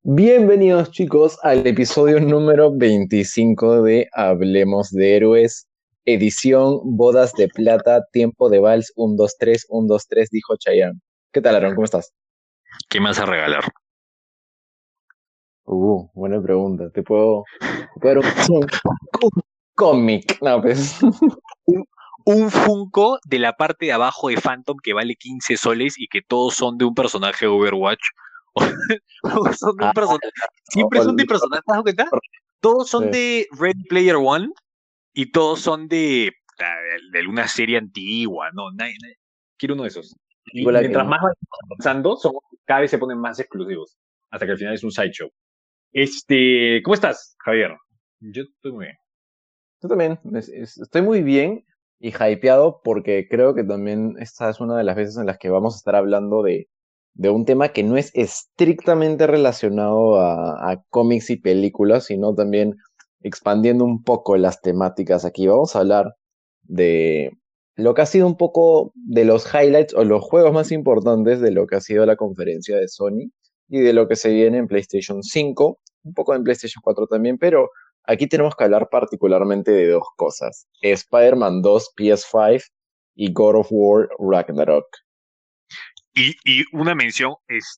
Bienvenidos chicos al episodio número 25 de Hablemos de Héroes, edición Bodas de Plata, tiempo de vals 1, 2, 3, 1, 2, 3, dijo Chayanne. ¿Qué tal, Aaron? ¿Cómo estás? ¿Qué me vas a regalar? Buena pregunta. ¿Te puedo dar un cómic? No, pues. Un, un Funko de la parte de abajo de Phantom que vale 15 soles y que todos son de un personaje de Overwatch. O son de un Ah, personaje. o- Siempre o- son de personajes, ¿te das cuenta? Todos son sí. de Ready Player One y todos son de alguna serie antigua. No, quiero uno de esos. Y Película mientras que... más van avanzando, cada vez se ponen más exclusivos. Hasta que al final es un sideshow. ¿Cómo estás, Javier? Yo estoy muy bien. Yo también estoy muy bien y hypeado porque creo que también esta es una de las veces en las que vamos a estar hablando de un tema que no es estrictamente relacionado a cómics y películas, sino también expandiendo un poco las temáticas aquí. Vamos a hablar de lo que ha sido un poco de los highlights o los juegos más importantes de lo que ha sido la conferencia de Sony y de lo que se viene en PlayStation 5, un poco en PlayStation 4 también, pero aquí tenemos que hablar particularmente de dos cosas: Spider-Man 2 PS5 y God of War Ragnarok. Y una mención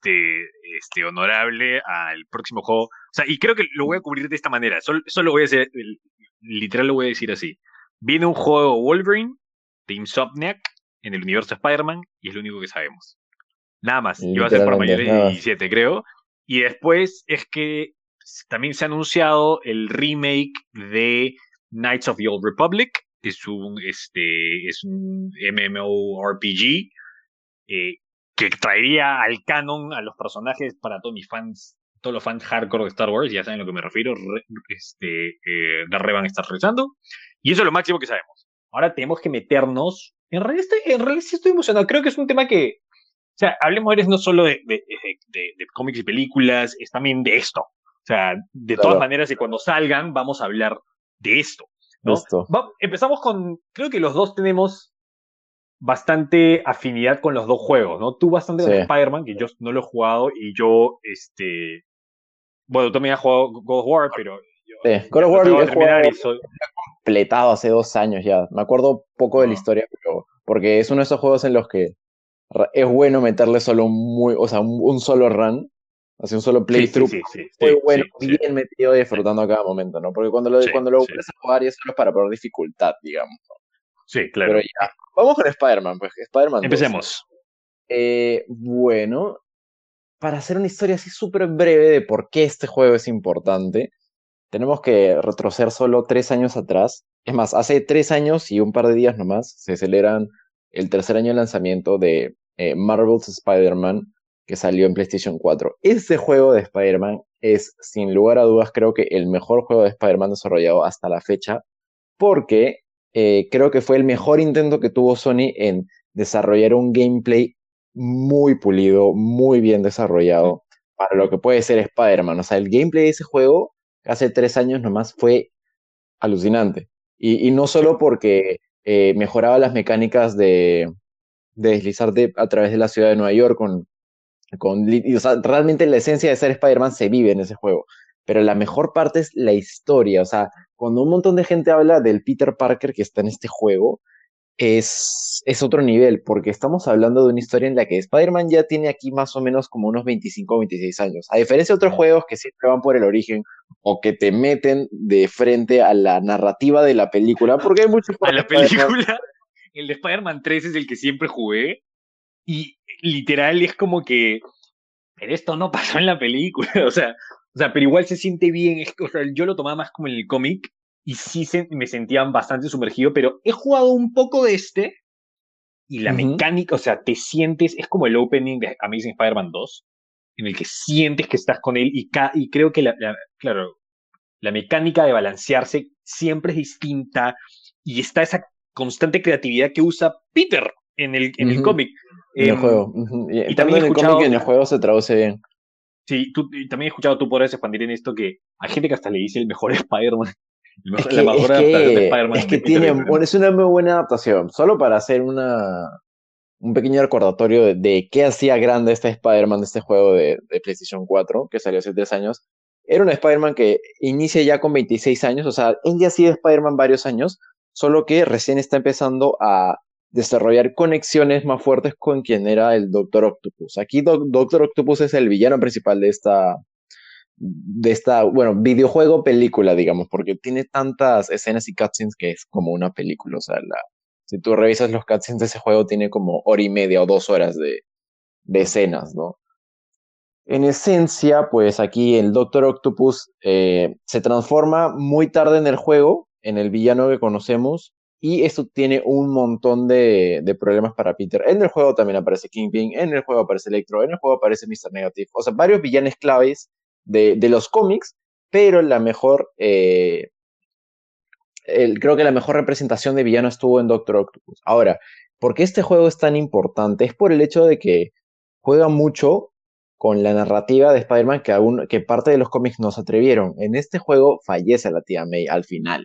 honorable al próximo juego. O sea, y creo que lo voy a cubrir de esta manera. Solo voy a hacer, literal lo voy a decir así. Viene un juego Wolverine de Insomniac en el universo Spider-Man y es lo único que sabemos. Nada más. Y va a ser para Literalmente, mayores de nada más. 17, creo. Y después es que también se ha anunciado el remake de Knights of the Old Republic. Es un MMORPG eh, que traería al canon a los personajes para todos los fans hardcore de Star Wars, ya saben a lo que me refiero, la re van a estar realizando. Y eso es lo máximo que sabemos. Ahora tenemos que meternos. En realidad sí estoy emocionado. Creo que es un tema que, o sea, Hablemos Eres no solo de cómics y películas, es también de esto. O sea, de todas Claro, maneras, y cuando salgan, vamos a hablar de esto, ¿no? esto. Empezamos con, creo que los dos tenemos bastante afinidad con los dos juegos, ¿no? Tú bastante Sí. con Spider-Man, que yo no lo he jugado, y yo, bueno, tú también has jugado God of War, pero yo Sí. God ya of lo War tengo he que terminar jugado y soy... completado hace 2 años ya. Me acuerdo poco de la No. historia, pero porque es uno de esos juegos en los que es bueno meterle solo o sea, un solo run, así un solo Sí, sí, playthrough, sí, sí, muy sí, bueno, sí, sí, bien metido, disfrutando a cada momento, ¿no? Porque sí, cuando lo sí, vuelves a jugar ya solo es para probar dificultad, digamos. sí, Pero claro. ya, vamos con Spider-Man, pues Spider-Man 2. Empecemos. Bueno, para hacer una historia así súper breve de por qué este juego es importante, tenemos que retroceder solo 3 años atrás. Es más, hace 3 años y un par de días nomás se celebran el tercer año de lanzamiento de Marvel's Spider-Man, que salió en PlayStation 4. Este juego de Spider-Man es, sin lugar a dudas, creo que el mejor juego de Spider-Man desarrollado hasta la fecha, porque creo que fue el mejor intento que tuvo Sony en desarrollar un gameplay muy pulido, muy bien desarrollado para lo que puede ser Spider-Man. O sea, el gameplay de ese juego hace 3 años nomás fue alucinante. Y no Sí. solo porque mejoraba las mecánicas de deslizarte a través de la ciudad de Nueva York o sea, realmente la esencia de ser Spider-Man se vive en ese juego. Pero la mejor parte es la historia. O sea, cuando un montón de gente habla del Peter Parker que está en este juego, es otro nivel, porque estamos hablando de una historia en la que Spider-Man ya tiene aquí más o menos como unos 25 o 26 años. A diferencia de otros juegos que siempre van por el origen o que te meten de frente a la narrativa de la película, porque hay muchos A juegos de la Spider-Man. película, el de Spider-Man 3 es el que siempre jugué y literal es como que, pero esto no pasó en la película, pero igual se siente bien, o sea, yo lo tomaba más como en el cómic y sí me sentía bastante sumergido, pero he jugado un poco de y la Ujú. mecánica, o sea, te sientes, es como el opening de Amazing Spider-Man 2, en el que sientes que estás con él y creo que, claro, la mecánica de balancearse siempre es distinta y está esa constante creatividad que usa Peter en el Ujú. cómic. En el Em, juego. Ujú. Y y tanto también he en el cómic y escuchado, en el juego se traduce bien. sí, y también he escuchado, tú podrás expandir en esto, que hay gente que hasta le dice el mejor Spider-Man, Es la que, es mejor adaptación de que, es Spider-Man que de Peter, tiene, dicen, ¿no? es una muy buena adaptación. Solo para hacer un pequeño recordatorio de qué hacía grande este Spider-Man de este juego de PlayStation 4, que salió hace 3 años. Era un Spider-Man que inicia ya con 26 años, o sea, él ya ha sido Spider-Man varios años, solo que recién está empezando a desarrollar conexiones más fuertes con quien era el Doctor Octopus. Aquí Doctor Octopus es el villano principal de esta, bueno, videojuego película, digamos, porque tiene tantas escenas y cutscenes que es como una película. O sea, si tú revisas los cutscenes de ese juego, tiene como hora y media o 2 horas de escenas, ¿no? En esencia, pues aquí el Doctor Octopus se transforma muy tarde en el juego, en el villano que conocemos, y esto tiene un montón de problemas para Peter. En el juego también aparece Kingpin, en el juego aparece Electro, en el juego aparece Mr. Negative, o sea, varios villanos claves de los cómics, pero creo que la mejor representación de villano estuvo en Doctor Octopus. Ahora, ¿por qué este juego es tan importante? Es por el hecho de que juega mucho con la narrativa de Spider-Man que parte de los cómics no se atrevieron. En este juego fallece la tía May al final.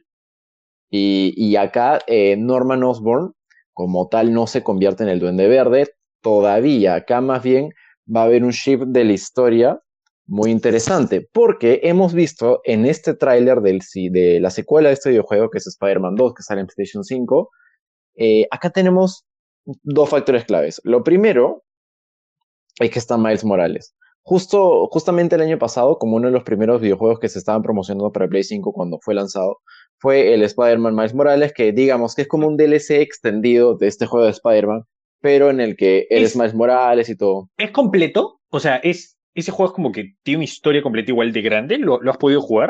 Y acá Norman Osborn, como tal, no se convierte en el Duende Verde todavía. Acá más bien va a haber un shift de la historia muy interesante, porque hemos visto en este tráiler de la secuela de este videojuego, que es Spider-Man 2, que sale en PlayStation 5, acá tenemos dos factores claves. Lo primero es que está Miles Morales. Justamente el año pasado, como uno de los primeros videojuegos que se estaban promocionando para Play 5 cuando fue lanzado, fue el Spider-Man Miles Morales, que digamos que es como un DLC extendido de este juego de Spider-Man, pero en el que eres ¿Es, Miles Morales y todo. es completo? O sea, ese juego es como que tiene una historia completa igual de grande. ¿Lo has podido jugar?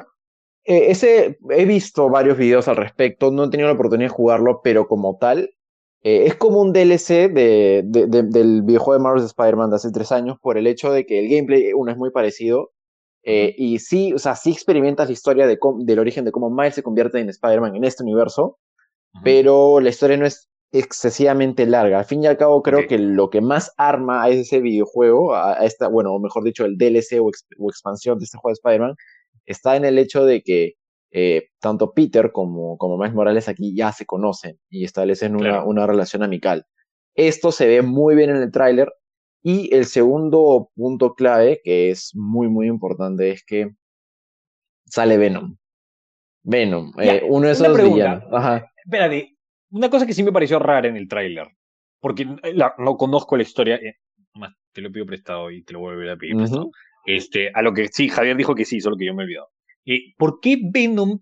He visto varios videos al respecto, no he tenido la oportunidad de jugarlo, pero como tal, es como un DLC del videojuego de Marvel's Spider-Man de hace 3 años, por el hecho de que el gameplay, uno es muy parecido, Ujú, y sí, o sea, sí experimentas la historia del origen de cómo Miles se convierte en Spider-Man en este universo, ujú. pero la historia no es excesivamente larga. Al fin y al cabo, Ok, creo que lo que más arma a ese videojuego, a esta, bueno, o mejor dicho, el DLC o expansión de este juego de Spider-Man, está en el hecho de que tanto Peter como Miles Morales aquí ya se conocen y establecen una, claro. una relación amical. Esto se ve muy bien en el tráiler. Y el segundo punto clave, que es muy, muy importante, es que sale Venom. Venom, Ya, uno de una esos villanos. pregunta. Ajá. Espérate, una cosa que sí me pareció rara en el tráiler, porque no conozco la historia, más te lo pido prestado y te lo voy a volver a pedir prestado. Ujú. A lo que sí, Javier dijo que sí, solo que yo me he olvidado. ¿Por qué Venom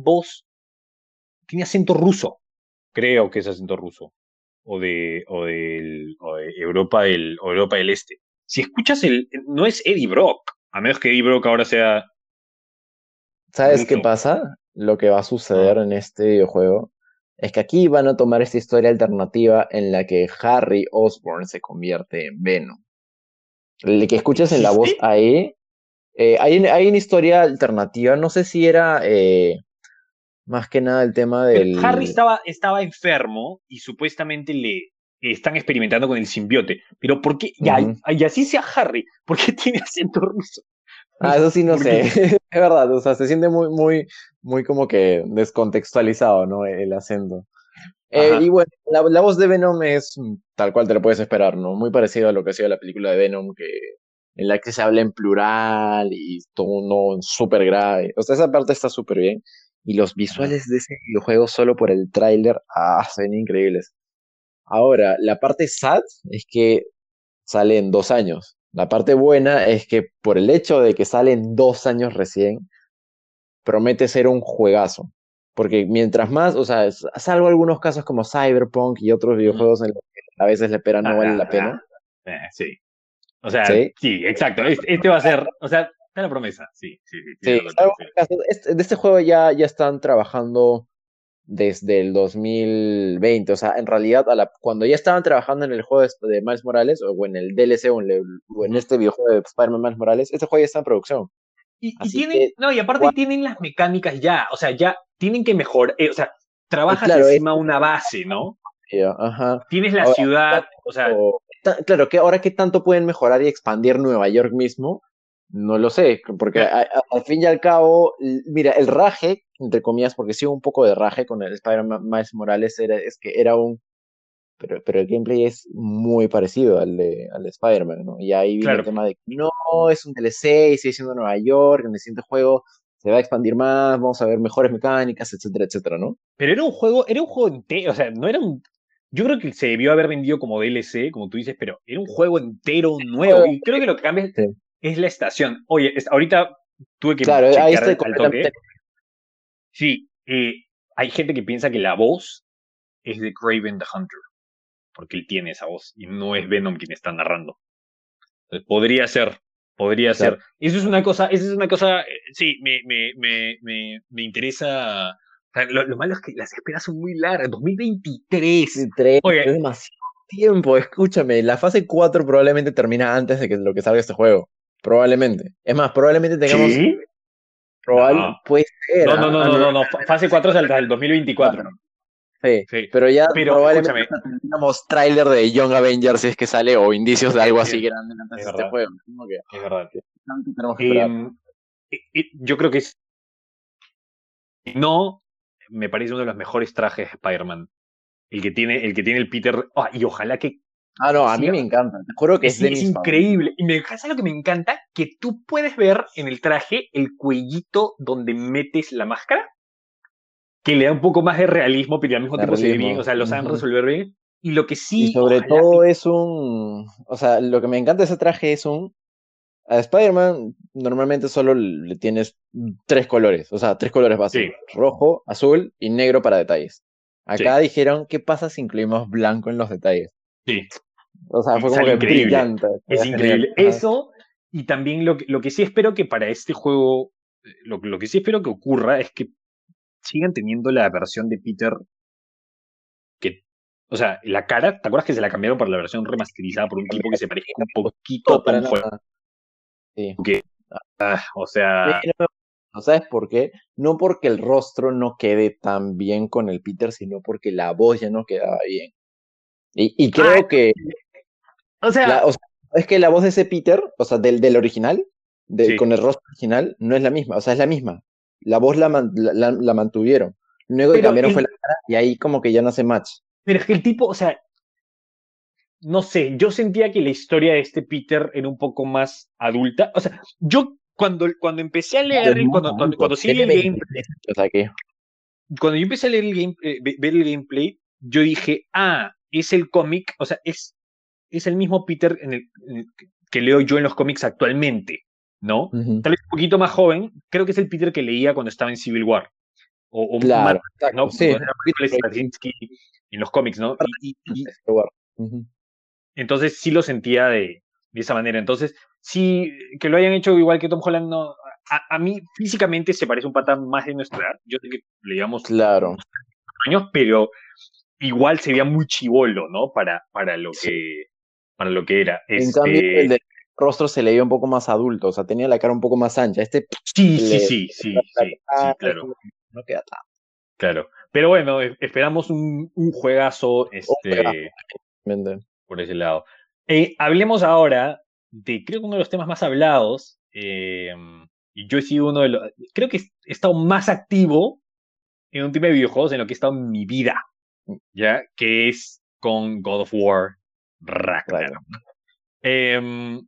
tiene acento ruso? Creo que es acento ruso. O de Europa del Este. Si escuchas no es Eddie Brock, a menos que Eddie Brock ahora sea ¿Sabes qué ruso. pasa? Lo que va a suceder Ah. en este videojuego es que aquí van a tomar esta historia alternativa en la que Harry Osborn se convierte en Venom. El que escuchas en la voz ¿Existe? ahí, hay una historia alternativa, no sé si era más que nada el tema Pero Harry del... estaba enfermo y supuestamente le están experimentando con el simbiote. Pero ¿por qué? Ujú. Y así sea Harry, ¿por qué tiene acento ruso? Eso sí no ¿Por sé, qué? es verdad, o sea, se siente muy, muy, muy como que descontextualizado, ¿no? El acento. Y Ajá. bueno, la voz de Venom es tal cual te lo puedes esperar, ¿no? Muy parecido a lo que ha sido la película de Venom, en la que se habla en plural y tono súper grave. O sea, esa parte está súper bien. Y los Ajá. visuales de ese videojuego solo por el tráiler, se ven increíbles. Ahora, la parte sad es que sale en 2 años. La parte buena es que por el hecho de que sale en 2 años recién, promete ser un juegazo. Porque mientras más, o sea, salvo algunos casos como Cyberpunk y otros Ujú. videojuegos en los que a veces la espera no Ah, vale ah, la ah. pena, Sí. O sea, ¿sí? sí, exacto. Este va a ser, o sea, está la promesa. Sí, sí, sí, tiene Sí, lo que te salvo refieres. casos, de este juego ya están trabajando desde el 2020, o sea, en realidad cuando ya estaban trabajando en el juego de Miles Morales, o en el DLC, o en Ujú. este videojuego de Spider-Man Miles Morales, este juego ya está en producción. Y Así tienen, que, no, y aparte igual, tienen las mecánicas ya, o sea, ya tienen que mejorar, o sea, trabajas claro, encima de una base, ¿no? ajá. Tienes la Ahora, ciudad, o sea, claro, que ahora qué tanto pueden mejorar y expandir Nueva York mismo, no lo sé, porque claro, al fin y al cabo, mira, el raje, entre comillas, porque sí hubo un poco de raje con el Spider-Man Miles Morales, es que era un pero el gameplay es muy parecido al de Spider-Man, ¿no? Y ahí vino el Claro. tema de que no, es un DLC, sigue siendo Nueva York, en el siguiente juego se va a expandir más, vamos a ver mejores mecánicas, etcétera, etcétera, ¿no? Pero era un juego entero, o sea, no era un. Yo creo que se debió haber vendido como DLC, como tú dices, pero era un juego entero nuevo. Juego, Y creo que lo que cambia sí. es la estación. Oye, ahorita tuve que Claro, ahí chequear estoy al toque. completamente. Sí, hay gente que piensa que la voz es de Kraven the Hunter, porque él tiene esa voz y no es Venom quien está narrando. Podría ser, podría Claro, ser. Eso es una cosa, sí, me interesa. O sea, lo malo es que las esperas son muy largas. 2023. es Oye, demasiado tiempo, escúchame, la fase 4 probablemente termina antes de que lo que salga este juego. Probablemente. Es más, probablemente tengamos, ¿sí? No. puede ser, No, no, ¿ah? no, Ah, no, no, no, no. Fase 4 es hasta el 2024. 4. Sí, Sí. pero ya Pero probablemente escúchame, hasta tengamos tráiler de Young Avengers si es que sale o indicios de es algo así cierto, grande antes es de este verdad, juego. Como es verdad. que tanto tenemos que esperar. Em, yo creo que no, me parece uno de los mejores trajes de Spider-Man. El que tiene el Peter. Y ojalá Ah, que no, a mí siga. me encanta. Te juro que es Sí, de es mis favoritos. increíble. Y me pasa lo que me encanta, que tú puedes ver en el traje el cuellito donde metes la máscara, que le da un poco más de realismo, pero al mismo De tiempo se ve bien, o realismo. sea, lo saben Ujú. resolver bien. Y lo que Y sí, sobre ojalá. todo es o sea, lo que me encanta de ese traje es a Spider-Man normalmente solo le tienes tres colores, o sea, tres colores Sí, básicos, rojo, azul y negro para detalles. sí, Acá dijeron, ¿qué pasa si incluimos blanco en los detalles? sí. O sea, Y fue como sale que increíble. brillante, se Es ve genial. increíble. Ajá. Eso, y también lo que sí espero que para este juego, lo que sí espero que ocurra es que sigan teniendo la versión de Peter que, o sea, la cara, ¿te acuerdas que se la cambiaron para la versión remasterizada por un tipo que se parezca un poquito No, a para Tom Holland? nada. Sí. O Sí, sea, no, ¿sabes por qué? No porque el rostro no quede tan bien con el Peter, sino porque la voz ya no quedaba bien. Y ah, creo que o sea, o sea, es que la voz de ese Peter, o sea, del original, sí, con el rostro original, no es la misma, o sea, es la misma. La voz la mantuvieron. Lo único que pero, cambiaron fue la cara y ahí como que ya no hace match. pero es que el tipo, o sea, no sé, yo sentía que la historia de este Peter era un poco más adulta. O sea, yo cuando empecé a Claro, leer, es más adulto. cuando sí leí Tiene el game, 23, o sea que. cuando yo empecé a leer el game, ver el gameplay, yo dije, es el cómic, o sea, es el mismo Peter que leo yo en los cómics actualmente, ¿no? Ujú. Tal vez un poquito más joven, creo que es el Peter que leía cuando estaba en Civil War, o más, Claro, ¿no? exacto. Sí, Cuando es un era poquito Straczynski en los cómics, ¿no? Y este lugar. Ujú. entonces sí lo sentía de esa manera. Entonces, sí, que lo hayan hecho igual que Tom Holland, no. A mí físicamente se parece un pata más de nuestra edad. Yo sé que le llevamos Claro. años, pero igual se veía muy chivolo, ¿no? Sí. Para lo que era. En cambio, el de rostro se le veía un poco más adulto, o sea, tenía la cara un poco más ancha. Este Sí, sí, le sí, sí, sí, la sí, cara y claro, como que no queda tan. claro. Pero bueno, esperamos un juegazo, Oh, realmente. por ese lado. Hablemos ahora de, creo que uno de los temas más hablados, y yo he sido uno de los, creo que he estado más activo en un tema de videojuegos en lo que he estado en mi vida, ¿ya? Que es con God of War Claro. Ragnarok. Eh,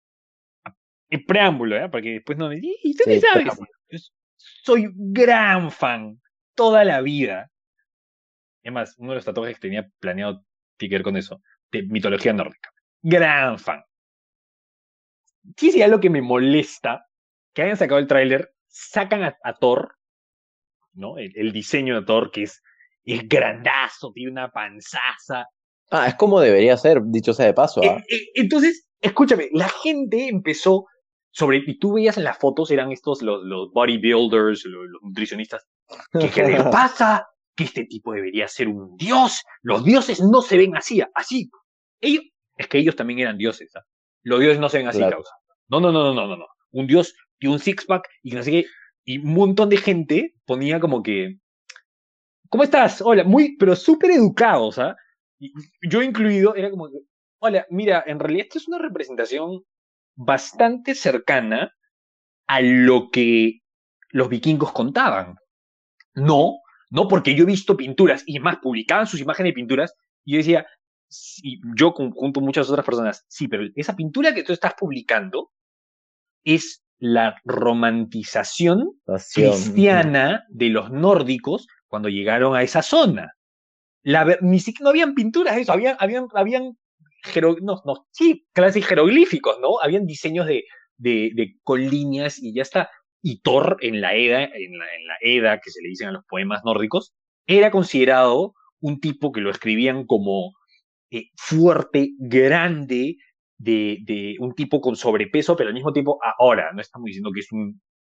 el preámbulo, ¿ya? Porque después no me... ¿Y tú qué Sí, pero sabes? Yo soy gran fan toda la vida. Es más, uno de los tatuajes que tenía planeado tiene que ver con eso, de mitología nórdica. Gran fan. Sí, sí, algo que me molesta, que hayan sacado el tráiler, sacan a Thor, ¿no? El diseño de Thor, que es grandazo, tiene una panzaza. es como debería ser, dicho sea de paso, ¿ah? Entonces, escúchame, la gente empezó y tú veías en las fotos, eran estos los bodybuilders, los nutricionistas, que ¿qué les pasa? Que este tipo debería ser un dios. Los dioses no se ven así, así. Ellos, es que ellos también eran dioses, ¿ah? Los dioses no se ven así, Claro. causa. No, no, no, no, no, no, no. Un dios y un six-pack y que no sé qué. Y un montón de gente ponía como que, ¿cómo estás? Hola, pero súper educados, ¿ah? Y yo incluido, era como que, hola, mira, en realidad esto es una representación bastante cercana a lo que los vikingos contaban. No, no, porque yo he visto pinturas, y es más, publicaban sus imágenes de pinturas, y yo decía, yo junto a muchas otras personas, sí, pero esa pintura que tú estás publicando es la romantización Nación. Ujú. cristiana de los nórdicos cuando llegaron a esa zona. Ni siquiera no habían pinturas de eso, habían no, no, sí, clases jeroglíficos, ¿no? Habían diseños con líneas y ya está. Y Thor en la Edda, que se le dicen a los poemas nórdicos, era considerado un tipo que lo escribían como fuerte, grande, de un tipo con sobrepeso, pero al mismo tiempo, ahora, no estamos diciendo que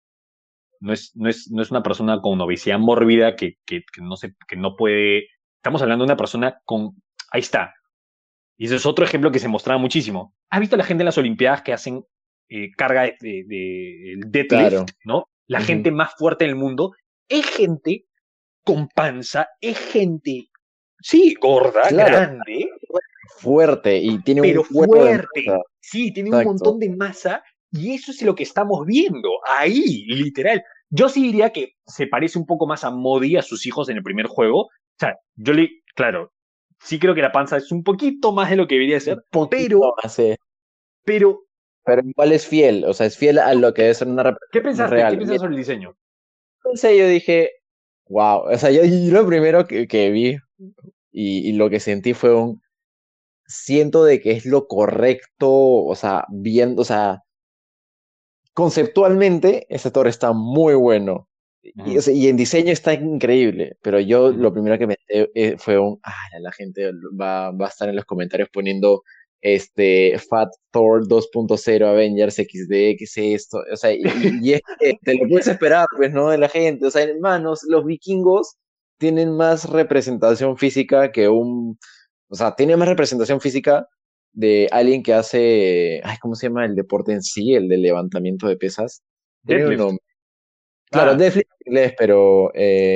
no es una persona con obesidad mórbida que no puede. Estamos hablando de una persona con. Ahí está. Y ese es otro ejemplo que se mostraba muchísimo. ¿Has visto a la gente en las Olimpiadas que hacen carga el deadlift, Claro. ¿no? La Ujú. gente más fuerte del mundo es gente con panza, es gente, sí, gorda, Claro, grande, fuerte y tiene un pero huevo de fuerte. masa. Sí, tiene un Exacto. montón de masa y eso es lo que estamos viendo ahí, literal. Yo sí diría que se parece un poco más a Modi, a sus hijos en el primer juego. O sea, claro, sí creo que la panza es un poquito más de lo que debería ser, Un poquito pero, más, sí. pero, Pero igual es fiel, o sea, es fiel a lo que debe ser una ¿qué representación pensaste? ¿Qué real. piensas sobre el diseño? Entonces yo dije, wow, o sea, yo lo primero que vi y lo que sentí fue siento de que es lo correcto, o sea, viendo, o sea, conceptualmente ese Thor está muy bueno. Y, o Ujú, sea, y en diseño está increíble, pero yo ujú. lo primero que pensé fue la gente va a estar en los comentarios poniendo Fat Thor 2.0 Avengers XD, ¿qué es esto? O sea, y es que te lo puedes esperar, pues, ¿no? De la gente. O sea, hermanos, los vikingos tienen más representación física o sea, tienen más representación física de alguien que hace, ay, ¿cómo se llama el deporte en sí? El de levantamiento de pesas. Tiene un Deadlift. nombre. Claro, Ah, Netflix en inglés, pero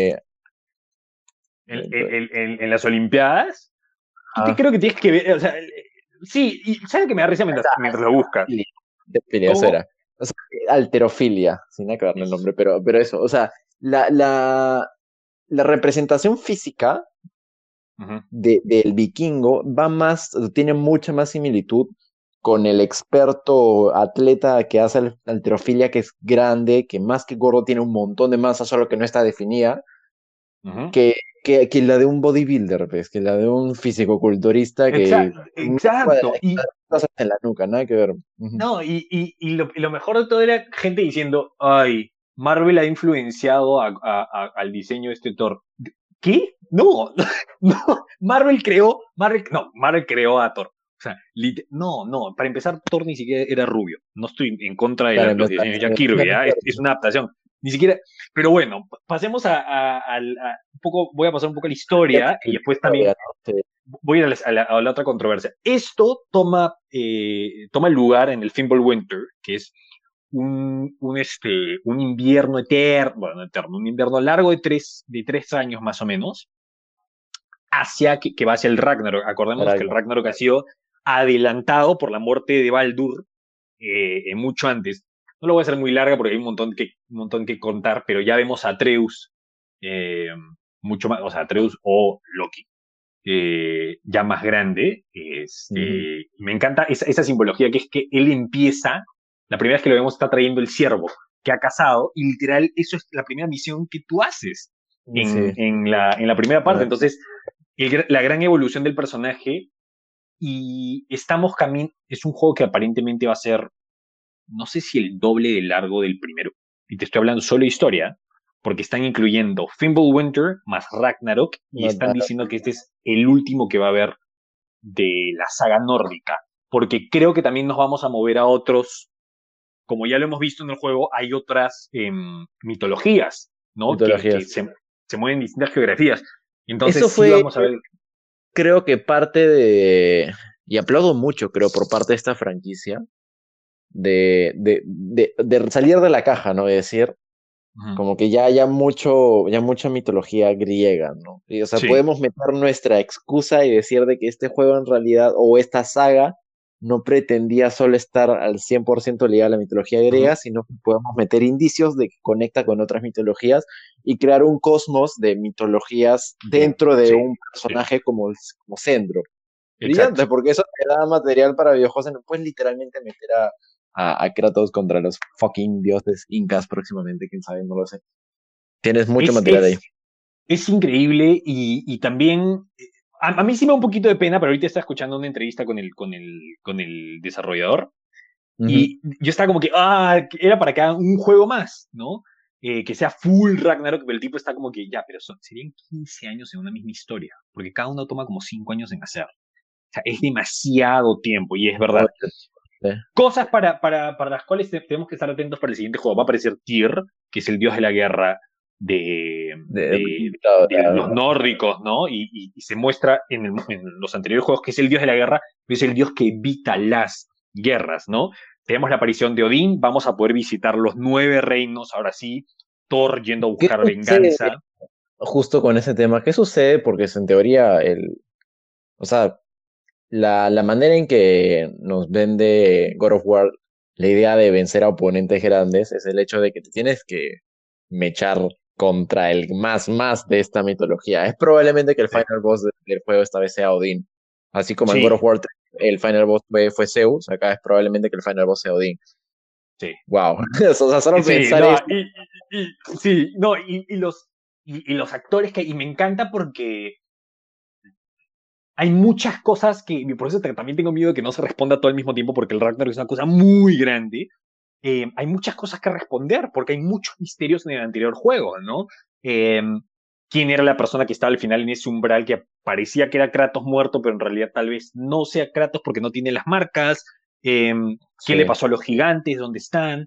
en las Olimpiadas, tú te ah, creo que tienes que ver, o sea, sí, y ¿sabes que me da risa ahí mientras lo buscas? está, Defilia, eso ¿Cómo? era. O sea, alterofilia, sin acabarle el Eso. nombre, pero eso, o sea, la, la, la representación física Ujú, del vikingo va más, tiene mucha más similitud con el experto atleta que hace alterofilia, que es grande, que más que gordo tiene un montón de masa, solo que no está definida, ujú. que, que la de un bodybuilder, pues, que la de un fisicoculturista que no Exacto. Y cosas en la nuca, nada que ver. Ujú. no, y lo mejor de todo era gente diciendo, ay, Marvel ha influenciado al diseño de este Thor. ¿Qué? No, no, Marvel creó a Thor. O sea, no, no, para empezar, Thor ni siquiera era rubio. No estoy en contra de Para los empezar, diseños de Jack Kirby, ¿ah? Es una adaptación. Ni siquiera, pero bueno, pasemos un poco, voy a pasar un poco a la historia y después también historia, ¿no? Sí. voy a la otra controversia. Esto toma lugar en el Fimbulwinter, que es un invierno eterno, bueno, no eterno, un invierno largo de tres años más o menos, que va hacia el Ragnarok. Acordémonos que el Aragorn. Ragnarok ha sido adelantado por la muerte de Baldur mucho antes. No lo voy a hacer muy larga porque hay un montón que contar, pero ya vemos a Atreus eh, mucho más, o sea, Atreus o Loki ya más grande. Ujú. Me encanta esa simbología que es que él empieza, la primera vez que lo vemos está trayendo el ciervo que ha cazado y literal eso es la primera misión que tú haces en, Sí, en, la, en la primera parte. bueno, Entonces, la gran evolución del personaje y es un juego que aparentemente va a ser, no sé si el doble de largo del primero. Y te estoy hablando solo de historia, porque están incluyendo Fimbulwinter más Ragnarok y no están tanto. diciendo que este es el último que va a haber de la saga nórdica, porque creo que también nos vamos a mover a otros, como ya lo hemos visto en el juego, hay otras mitologías, ¿no? Que Mitologías. se mueven en distintas geografías. Eso Entonces sí fue, vamos a ver. creo que parte y aplaudo mucho, creo, por parte de esta franquicia, de salir de la caja, ¿no? Y decir, Ujú. como que ya mucha mitología griega, ¿no? Y, o sea, Sí. podemos meter nuestra excusa y decir de que este juego en realidad, o esta saga, no pretendía solo estar al 100% ligada a la mitología Ujú. griega, sino que podemos meter indicios de que conecta con otras mitologías y crear un cosmos de mitologías Sí, dentro de sí, un sí. personaje como Sendro. brillante, Exacto. porque eso te da material para videojuegos. No puedes literalmente meter a Kratos contra los fucking dioses incas próximamente, quién sabe, no lo sé. Tienes mucho Es, material ahí. es, es increíble y también a mí sí me da un poquito de pena, pero ahorita estaba escuchando una entrevista con el desarrollador Ujú. y yo estaba como que, era para que hagan un juego más, ¿no? Que sea full Ragnarok, pero el tipo está como que, ya, pero serían 15 años en una misma historia, porque cada uno toma como 5 años en hacer. O sea, es demasiado tiempo y es verdad. Oye, sí. Cosas para las cuales tenemos que estar atentos para el siguiente juego. Va a aparecer Tyr, que es el dios de la guerra de, De- de, la- de los la- nórdicos, ¿no? Y se muestra en los anteriores juegos que es el dios de la guerra, pero es el dios que evita las guerras, ¿no? Tenemos la aparición de Odín, vamos a poder visitar los 9 reinos, ahora sí, Thor yendo a ¿Qué buscar sucede venganza. justo con ese tema? ¿Qué sucede? Porque es en teoría o sea, la manera en que nos vende God of War la idea de vencer a oponentes grandes es el hecho de que te tienes que mechar contra el más de esta mitología. Es probablemente que el Sí, final boss del juego esta vez sea Odín. Así como en God of sí, War 3 el final boss fue Zeus, acá es probablemente que el final boss sea Odín. sí. Wow. O sea, solo Sí, pensar no, eso. sí, no, y los actores y me encanta porque hay muchas cosas que, y por eso también tengo miedo de que no se responda todo al mismo tiempo, porque el Ragnarok es una cosa muy grande. Hay muchas cosas que responder, porque hay muchos misterios en el anterior juego, ¿no? Eh, ¿Quién era la persona que estaba al final en ese umbral que parecía que era Kratos muerto, pero en realidad tal vez no sea Kratos porque no tiene las marcas? Eh, ¿Qué le Sí. pasó a los gigantes? ¿Dónde están?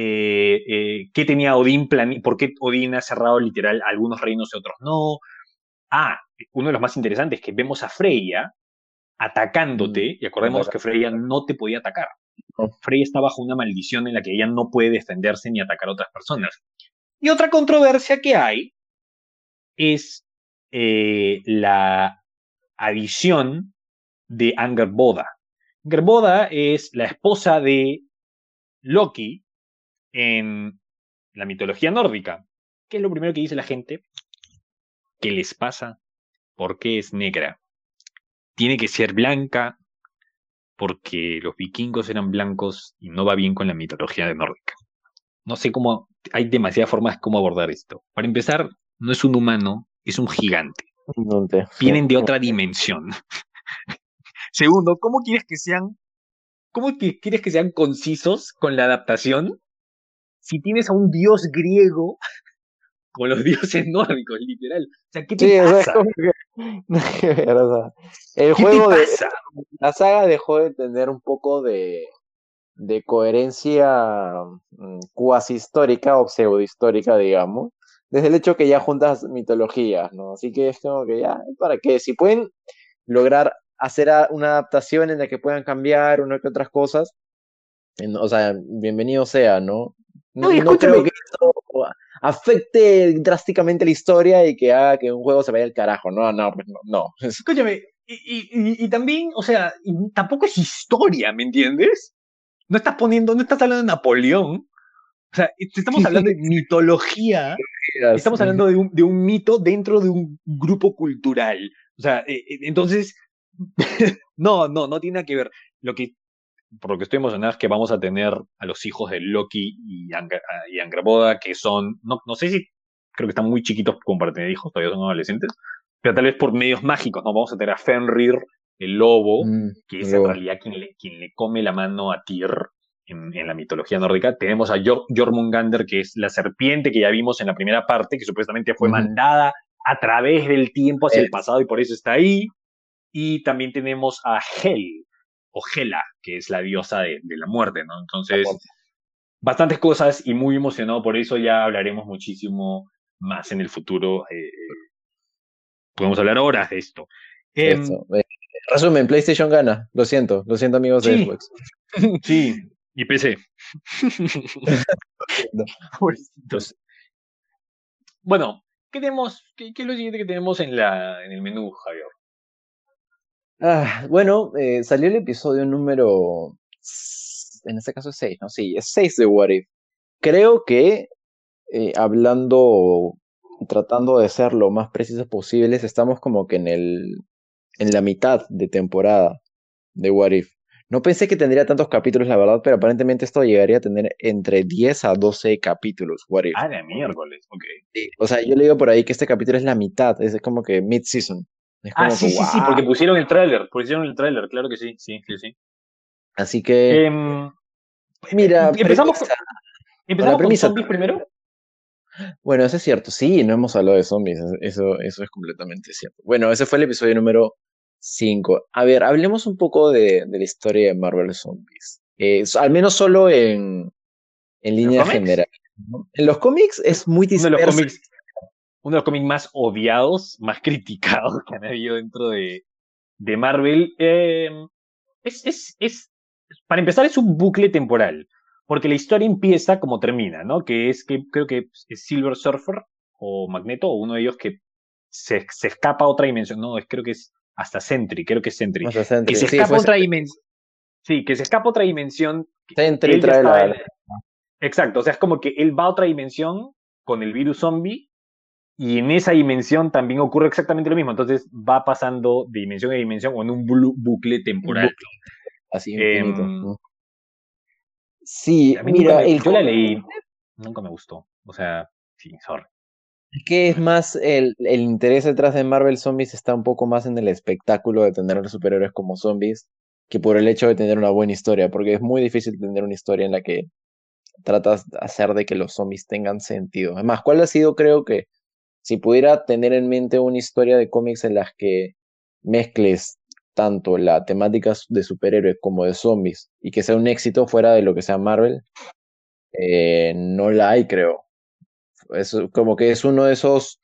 ¿Qué tenía Odín ¿Por qué Odín ha cerrado literal algunos reinos y otros no? Uno de los más interesantes es que vemos a Freya Mm, atacándote, y acordémonos ataca- que Freya no te podía atacar. no, Freya está bajo una maldición en la que ella no puede defenderse ni atacar a otras personas. Y otra controversia que hay es la adición de Angerboda. Angerboda es la esposa de Loki en la mitología nórdica. ¿Qué es lo primero que dice la gente? ¿Qué les pasa? ¿Por qué es negra? Tiene que ser blanca porque los vikingos eran blancos y no va bien con la mitología de nórdica. No sé cómo, hay demasiadas formas como abordar esto. Para empezar, no es un humano, es un gigante. no te- sí. Vienen de otra dimensión. Segundo, ¿cómo quieres que sean concisos con la adaptación si tienes a un dios griego con los dioses nórdicos, literal? O sea, ¿qué te Sí, o sea, es pasa? como que nada que ver, o sea, el ¿Qué te juego pasa? la saga dejó de tener un poco de coherencia cuasi histórica o pseudo histórica, digamos, desde el hecho que ya juntas mitologías, ¿no? Así que es como que ya, ¿para qué? Si pueden lograr hacer una adaptación en la que puedan cambiar una que otras cosas, o sea, bienvenido sea, ¿no? No, y No creo escúchame, que esto afecte drásticamente la historia y que haga que un juego se vaya al carajo. No, no, pues no, no. escúchame, y también, o sea, tampoco es historia, ¿me entiendes? No estás hablando de Napoleón. O sea, estamos hablando de mitología, estamos hablando de un mito dentro de un grupo cultural. O sea, entonces, no tiene nada que ver. Por lo que estoy emocionado es que vamos a tener a los hijos de Loki y Angrboda, que son, no sé si, creo que están muy chiquitos como para tener hijos, todavía son adolescentes, pero tal vez por medios mágicos, ¿no? Vamos a tener a Fenrir, el lobo, que es en Luego, realidad quien le come la mano a Tyr en la mitología nórdica. Tenemos a Jormungandr, que es la serpiente que ya vimos en la primera parte, que supuestamente fue ujú. mandada a través del tiempo hacia el Eh, pasado y por eso está ahí. Y también tenemos a Hel, o Hela, que es la diosa de la muerte, ¿no? la Entonces, muerte. bastantes cosas y muy emocionado por eso. Ya hablaremos muchísimo más en el futuro. Podemos hablar horas de esto. Em, Eso. Resumen, PlayStation gana. Lo siento amigos de sí, Xbox. sí, y PC. No. Pobrecitos. Bueno, ¿qué es lo siguiente que tenemos en el menú, Javier? Bueno, salió el episodio número, en este caso es 6, ¿no? Sí, es 6 de What If. Creo que hablando y tratando de ser lo más precisos posibles, estamos como que en la mitad de temporada de What If. No pensé que tendría tantos capítulos, la verdad, pero aparentemente esto llegaría a tener entre 10 a 12 capítulos, What If. Ah, de miércoles, ok. Sí, o sea, yo le digo por ahí que este capítulo es la mitad, es como que mid-season. Es Ah, como que, sí, sí, sí, wow. porque pusieron el tráiler, claro que sí, sí, sí, sí. Así que, Em, mira, empezamos premisa. con, Con la empezamos con premisa. zombies primero. Bueno, eso es cierto. Sí, no hemos hablado de zombies. Eso es completamente cierto. Bueno, ese fue el episodio número 5. A ver, hablemos un poco de la historia de Marvel Zombies. Al menos solo en ¿En los línea cómics? general, ¿no? En los cómics es muy Uno de los dispersa. cómics, uno de los cómics más odiados, más criticados que han habido dentro de Marvel. Es, para empezar, es un bucle temporal, porque la historia empieza como termina, ¿no? Que es que creo que es Silver Surfer o Magneto, o uno de ellos que se escapa a otra dimensión. No, creo que es hasta Sentry, creo que es Sentry. O sea, Que Sentry. se Sí, escapa fue a otra Sentry. dimensión. Sí, que se escapa a otra dimensión. Que Sentry él ya trae estaba la... en. Exacto, o sea, es como que él va a otra dimensión con el virus zombie y en esa dimensión también ocurre exactamente lo mismo. Entonces va pasando de dimensión a dimensión o en un bucle temporal. Así infinito, Eh, ¿no? Sí, a mí nunca mira, me. Yo la leí, nunca me gustó. O sea, sí, sorry. que No es me gustó. más el interés detrás de Marvel Zombies está un poco más en el espectáculo de tener a los superhéroes como zombies que por el hecho de tener una buena historia, porque es muy difícil tener una historia en la que tratas de hacer de que los zombies tengan sentido. Además, ¿cuál ha sido, creo que, si pudiera tener en mente una historia de cómics en las que mezcles tanto la temática de superhéroes como de zombies y que sea un éxito fuera de lo que sea Marvel, no la hay, creo. Es como que es uno de esos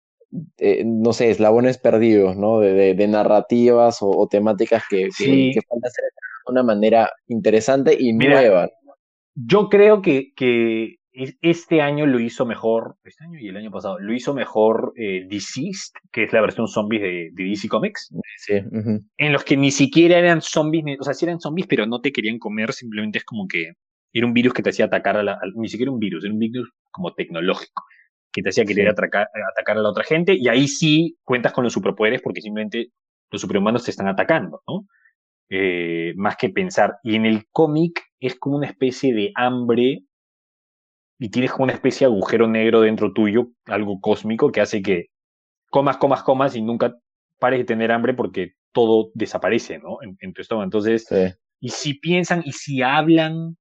no sé, eslabones perdidos, ¿no? De narrativas o temáticas que Sí, falta hacer de una manera interesante y mira, nueva. yo creo que este año lo hizo mejor, este año y el año pasado, lo hizo mejor Deceased, que es la versión zombies de DC Comics, Sí, ujú. en los que ni siquiera eran zombies, o sea, sí eran zombies, pero no te querían comer, simplemente es como que era un virus que te hacía atacar ni siquiera un virus, era un virus como tecnológico, que te hacía querer Sí, atacar a la otra gente, y ahí sí cuentas con los superpoderes porque simplemente los superhumanos te están atacando, ¿no? Más que pensar. Y en el cómic es como una especie de hambre y tienes como una especie de agujero negro dentro tuyo, algo cósmico que hace que comas, comas, comas y nunca pares de tener hambre porque todo desaparece, ¿no? En tu estómago. Entonces, sí. y si piensan y si hablan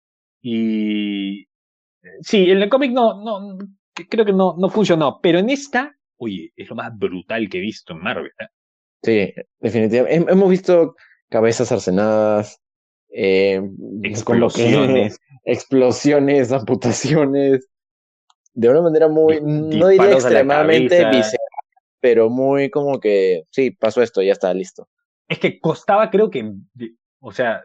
y... Sí, en el cómic creo que no funcionó, pero en esta, oye, es lo más brutal que he visto en Marvel, ¿eh? Sí, definitivamente. Hemos visto cabezas cercenadas, eh, como que Explosiones, explosiones, amputaciones, de una manera muy, no diría disparos a la extremadamente cabeza. visceral, pero muy como que, sí, pasó esto, ya está, listo. Es que costaba, creo que, o sea,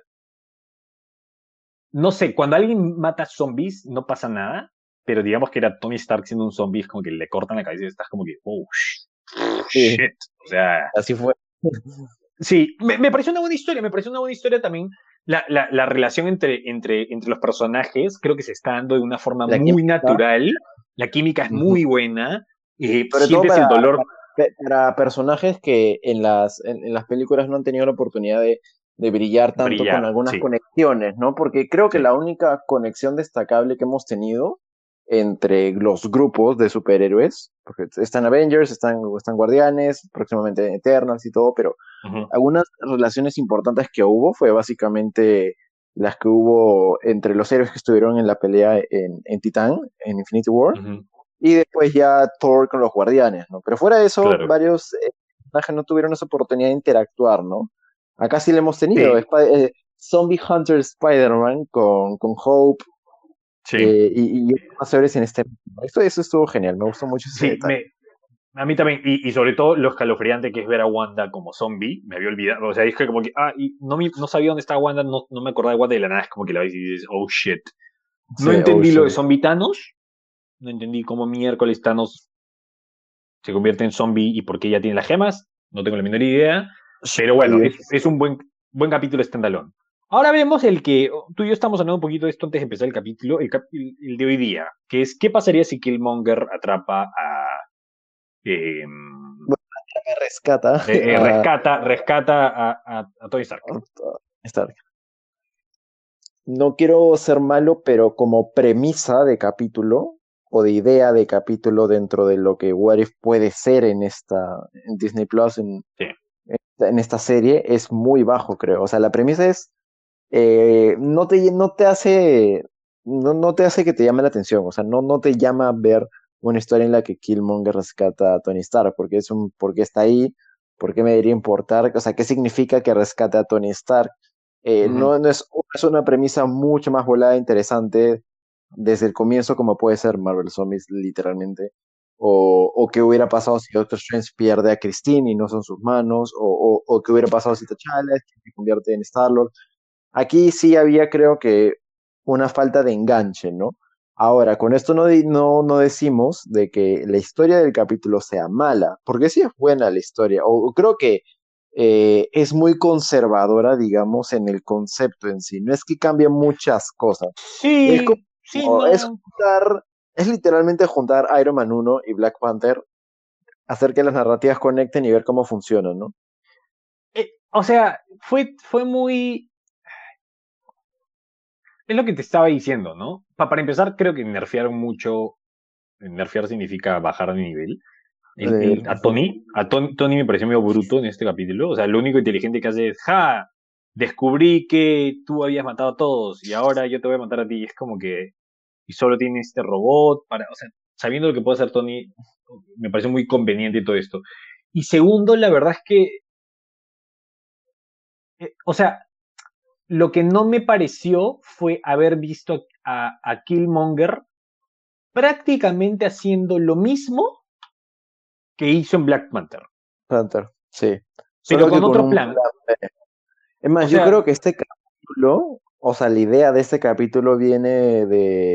no sé, cuando alguien mata zombies no pasa nada, pero digamos que era Tony Stark siendo un zombie, es como que le cortan la cabeza y estás como que, oh, Sí, shit. O sea, así fue. sí, me pareció una buena historia, me pareció una buena historia también. La relación entre los personajes creo que se está dando de una forma La muy química. natural. La química es Ujú. muy buena. Sobre todo Sientes el dolor para personajes que en las películas no han tenido la oportunidad de brillar tanto con brillar. algunas Sí, conexiones, ¿no? Porque creo que sí. la única conexión destacable que hemos tenido entre los grupos de superhéroes, porque están Avengers, están Guardianes, próximamente Eternals y todo, pero Ujú, algunas relaciones importantes que hubo fue básicamente las que hubo entre los héroes que estuvieron en la pelea en Titán, en Infinity War, ujú, y después ya Thor con los Guardianes, ¿no? Pero fuera de eso, claro. varios personajes no tuvieron esa oportunidad de interactuar, ¿no? Acá sí le hemos tenido. Sí, Zombie Hunter Spider-Man con Hope sí. y otros más héroes en este. Eso estuvo genial, me gustó mucho ese Sí, detalle. a mí también, y sobre todo lo escalofriante que es ver a Wanda como zombie, me había olvidado, o sea, es que como que, y no sabía dónde estaba Wanda, no me acordaba de Wanda y de la nada es como que la ves y dices, oh shit. Sí, No oh entendí lo de shit. zombie Thanos, no entendí cómo miércoles Thanos se convierte en zombie y por qué ella tiene las gemas, no tengo la menor idea, pero bueno, Oye, es un buen capítulo standalone. Ahora vemos el que, tú y yo estamos hablando un poquito de esto antes de empezar el capítulo, el de hoy día, que es, ¿qué pasaría si Killmonger atrapa a... em, rescata rescata a Tony Stark. a Stark. No quiero ser malo, pero como premisa de capítulo o de idea de capítulo dentro de lo que What If puede ser en Disney Plus, Sí. en esta serie, es muy bajo, creo. O sea, la premisa es no te hace que te llame la atención. O sea, no te llama a ver una historia en la que Killmonger rescata a Tony Stark, porque está ahí, por qué me debería importar, o sea, qué significa que rescate a Tony Stark. Uh-huh. No es una premisa mucho más volada e interesante desde el comienzo, como puede ser Marvel Zombies, literalmente. O qué hubiera pasado si Doctor Strange pierde a Christine y no son sus manos, o qué hubiera pasado si T'Challa se convierte en Star-Lord. Aquí sí había, creo que, una falta de enganche, ¿no? Ahora, con esto no decimos de que la historia del capítulo sea mala, porque sí es buena la historia, o creo que es muy conservadora, digamos, en el concepto en sí. No es que cambie muchas cosas. Es Sí, sí, como, no. es literalmente juntar Iron Man 1 y Black Panther, hacer que las narrativas conecten y ver cómo funcionan, ¿no? O sea, fue muy. Es lo que te estaba diciendo, ¿no? Para empezar, creo que nerfearon mucho. Nerfear significa bajar de nivel. Tony me pareció medio bruto en este capítulo. O sea, lo único inteligente que hace es, ¡ja! Descubrí que tú habías matado a todos y ahora yo te voy a matar a ti. Es como que. Y solo tiene este robot para. O sea, sabiendo lo que puede hacer Tony, me parece muy conveniente todo esto. Y segundo, la verdad es que. O sea, lo que no me pareció fue haber visto a Killmonger prácticamente haciendo lo mismo que hizo en Black Panther, Panther, sí. pero Solo que con con otro un plan. plan B. Es O más, yo sea, creo que este capítulo, o sea, la idea de este capítulo viene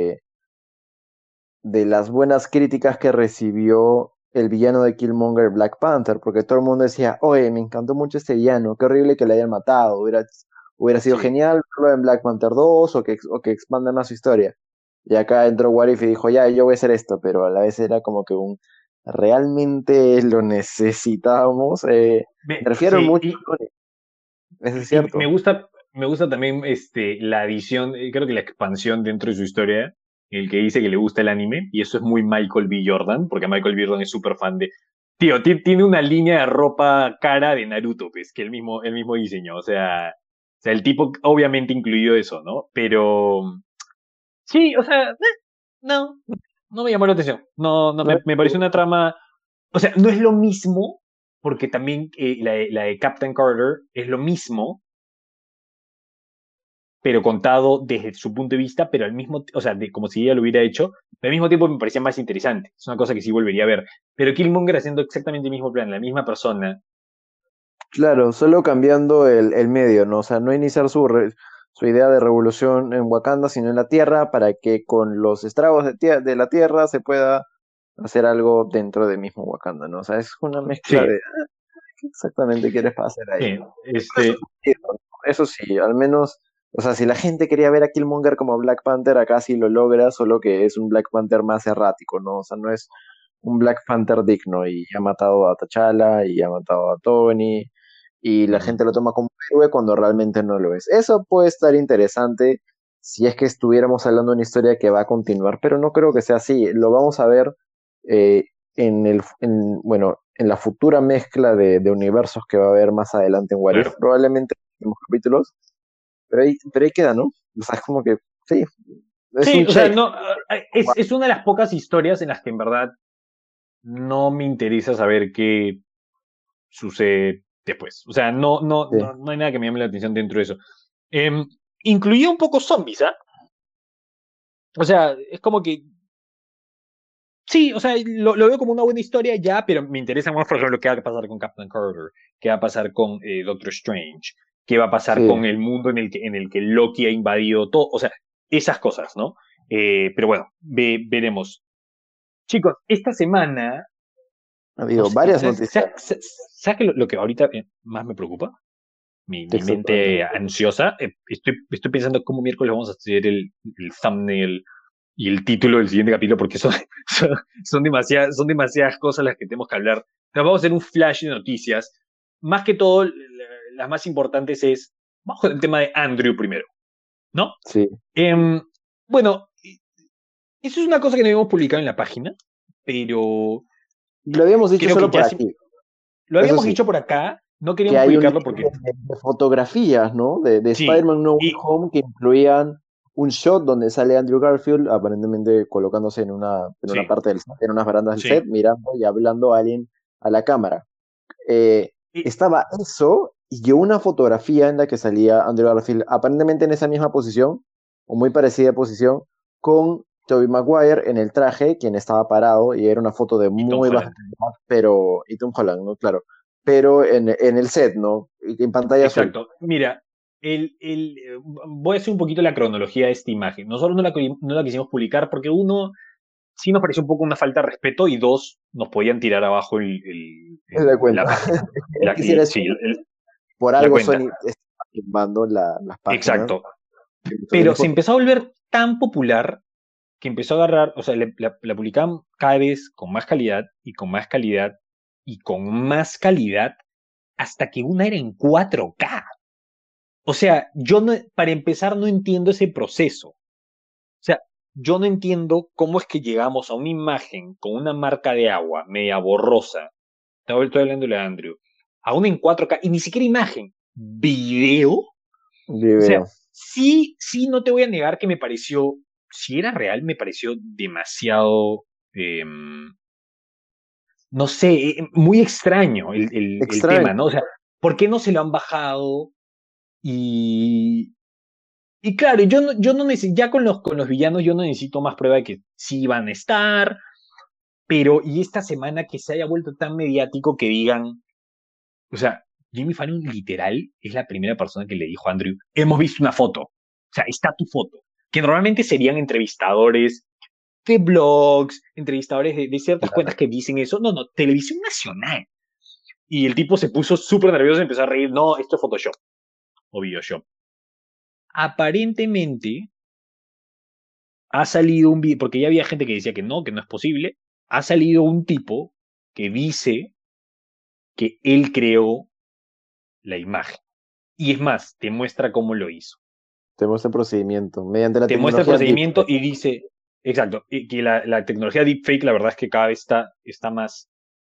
de las buenas críticas que recibió el villano de Killmonger, Black Panther, porque todo el mundo decía, oye, me encantó mucho este villano, qué horrible que le hayan matado, hubiera sido sí. genial verlo en Black Panther 2 o que expandan más su historia. Y acá entró What If y dijo, ya, yo voy a hacer esto, pero a la vez era como que realmente lo necesitábamos. Nerfearon Sí, mucho, eso es y cierto. me gusta también la adición, creo que la expansión dentro de su historia, el que dice que le gusta el anime, y eso es muy Michael B. Jordan, porque Michael B. Jordan es súper fan de. Tío, tiene una línea de ropa cara de Naruto, pues, que el mismo diseño. O sea, el tipo obviamente incluyó eso, ¿no? Pero sí, o sea, no, no me llamó la atención. No, no, ¿No? me pareció una trama. O sea, no es lo mismo, porque también la de Captain Carter es lo mismo, pero contado desde su punto de vista, pero al mismo, o sea, como si ella lo hubiera hecho, pero al mismo tiempo me parecía más interesante. Es una cosa que sí volvería a ver. Pero Killmonger haciendo exactamente el mismo plan, la misma persona. Claro, solo cambiando el medio, ¿no? O sea, no iniciar su idea de revolución en Wakanda, sino en la Tierra, para que con los estragos de la Tierra se pueda hacer algo dentro de mismo Wakanda, ¿no? O sea, es una mezcla Sí, de qué exactamente quieres hacer ahí. sí, Eso, sí, ¿no? Eso sí, al menos, o sea, si la gente quería ver a Killmonger como Black Panther, acá sí lo logra, solo que es un Black Panther más errático, ¿no? O sea, no es un Black Panther digno y ha matado a T'Challa y ha matado a Tony y la ujú, gente lo toma como un héroe cuando realmente no lo es. Eso puede estar interesante si es que estuviéramos hablando de una historia que va a continuar, pero no creo que sea así. Lo vamos a ver eh, bueno, en la futura mezcla de universos que va a haber más adelante en What If, claro. probablemente en los capítulos, pero ahí queda, ¿no? O sea, es como que, sí, es Sí, un o sea, check. no, es una de las pocas historias en las que en verdad no me interesa saber qué sucede después. O sea, Sí. no hay nada que me llame la atención dentro de eso. Eh, Incluía un poco zombies, ¿ah? O sea, es como que. Sí, o sea, lo veo como una buena historia ya, pero me interesa más, por ejemplo, qué va a pasar con Captain Carter, qué va a pasar con Doctor Strange, qué va a pasar Sí. con el mundo en el que Loki ha invadido todo. O sea, esas cosas, ¿no? Pero bueno, veremos. Chicos, esta semana, no Digo, sé, varias ¿sabes, noticias. sabes qué lo que ahorita más me preocupa? Mi Exactamente. mente ansiosa. Estoy pensando cómo miércoles vamos a hacer el thumbnail y el título del siguiente capítulo, porque son demasiadas cosas las que tenemos que hablar. vamos a hacer un flash de noticias. Más que todo, las más importantes es, vamos con el tema de Andrew primero, ¿no? Sí, Em, bueno, eso es una cosa que no habíamos publicado en la página, pero lo habíamos dicho creo que solo por ya sí, aquí, lo eso habíamos sí, dicho por acá, no que queríamos hay un link publicarlo porque de fotografías, ¿no? De sí, Spider-Man No Way y Home que incluían un shot donde sale Andrew Garfield aparentemente colocándose en una sí, parte del set, en unas barandas del sí. set, mirando y hablando a alguien a la cámara. Eh, Y, Estaba eso y una fotografía en la que salía Andrew Garfield aparentemente en esa misma posición o muy parecida posición con Tobey Maguire en el traje, quien estaba parado y era una foto de y Tom muy baja Holland. calidad, pero y Tom Holland, ¿no? Claro, pero en el set, ¿no? Y en pantalla azul. Exacto. Mira, voy a hacer un poquito la cronología de esta imagen. Nosotros no la quisimos publicar porque uno, sí nos pareció un poco una falta de respeto y dos, nos podían tirar abajo Me da la cuenta. página. Él quisiera Sí, por la algo cuenta. Sony está firmando las páginas. Exacto. Entonces, Pero les se puedo- empezó a volver tan popular que empezó a agarrar, o sea, la publicaban cada vez con más calidad y con más calidad y con más calidad hasta que una era en 4K. O sea, yo no, para empezar no entiendo ese proceso. O sea, yo no entiendo cómo es que llegamos a una imagen con una marca de agua media borrosa. Estoy hablando de Andrew. A una en 4K y ni siquiera imagen. Video. O sea, video. sí, no te voy a negar que me pareció, si era real, me pareció demasiado, no sé, muy extraño el tema, ¿no? Extraño. O sea, ¿por qué no se lo han bajado? Y, y claro, yo no necesito, ya con los villanos yo no necesito más prueba de que sí van a estar, pero y esta semana que se haya vuelto tan mediático que digan, o sea, Jimmy Fallon literal es la primera persona que le dijo a Andrew, hemos visto una foto, o sea, está tu foto, que normalmente serían entrevistadores de blogs, entrevistadores de ciertas cuentas que dicen eso, no, no, televisión nacional. Y el tipo se puso súper nervioso y empezó a reír, no, esto es Photoshop o Videoshop. Aparentemente ha salido un video, porque ya había gente que decía que no es posible, ha salido un tipo que dice que él creó la imagen. Y es más, te muestra cómo lo hizo. Tenemos el procedimiento. Mediante la Te muestra el tecnología procedimiento deepfake. y dice, exacto, y que la tecnología deepfake la verdad es que cada vez está más...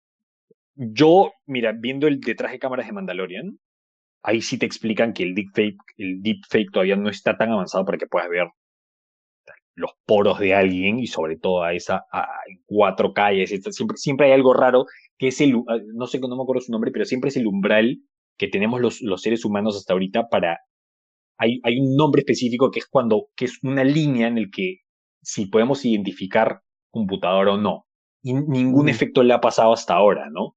Yo, mira, viendo el detrás de cámaras de Mandalorian, ahí sí te explican que el deepfake todavía no está tan avanzado para que puedas ver los poros de alguien y sobre todo en 4K siempre hay algo raro que es no sé, no me acuerdo su nombre, pero siempre es el umbral que tenemos los seres humanos hasta ahorita hay un nombre específico que es que es una línea en el que si podemos identificar computadora o no. Y ningún Ujú. efecto le ha pasado hasta ahora, ¿no?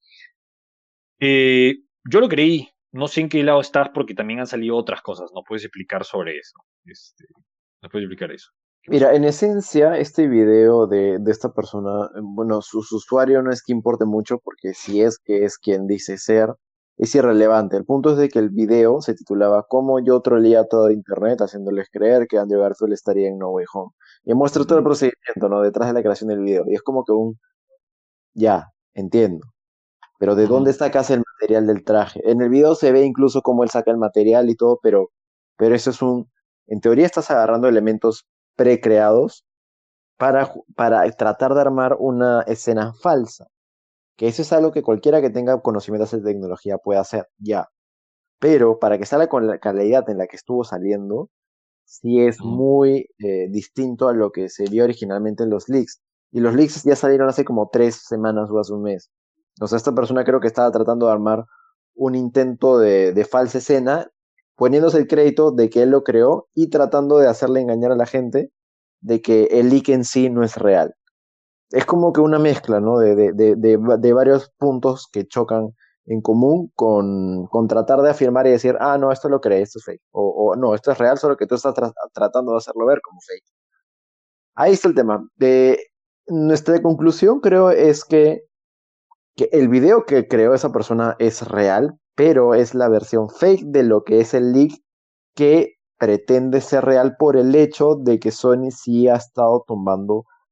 Eh, yo lo creí, no sé en qué lado estás porque también han salido otras cosas, no puedes explicar sobre eso. No puedes explicar eso. ¿Qué pasó? Mira, en esencia, este video de esta persona, bueno, su usuario no es que importe mucho, porque si es que es quien dice ser, es irrelevante. El punto es de que el video se titulaba Cómo yo troleé a todo internet haciéndoles creer que Andrew Garfield estaría en No Way Home. Y muestra todo el Ujú, procedimiento, ¿no? Detrás de la creación del video. Y es como que ya, entiendo. Pero ¿de dónde ujú, sacas el material del traje? En el video se ve incluso cómo él saca el material y todo, pero eso es en teoría estás agarrando elementos precreados para tratar de armar una escena falsa, que eso es algo que cualquiera que tenga conocimientos de tecnología puede hacer, ya. Pero para que salga con la calidad en la que estuvo saliendo, sí es ujú. muy distinto a lo que se vio originalmente en los leaks. Y los leaks ya salieron hace como 3 semanas o hace un mes. O sea, esta persona creo que estaba tratando de armar un intento de falsa escena, poniéndose el crédito de que él lo creó y tratando de hacerle engañar a la gente de que el leak en sí no es real. Es como que una mezcla, ¿no? De varios puntos que chocan en común con tratar de afirmar y decir, ah, no, esto lo creé, esto es fake. O no, esto es real, solo que tú estás tratando de hacerlo ver como fake. Ahí está el tema. Nuestra conclusión, creo, es que el video que creó esa persona es real, pero es la versión fake de lo que es el leak que pretende ser real por el hecho de que Sony sí ha estado tomando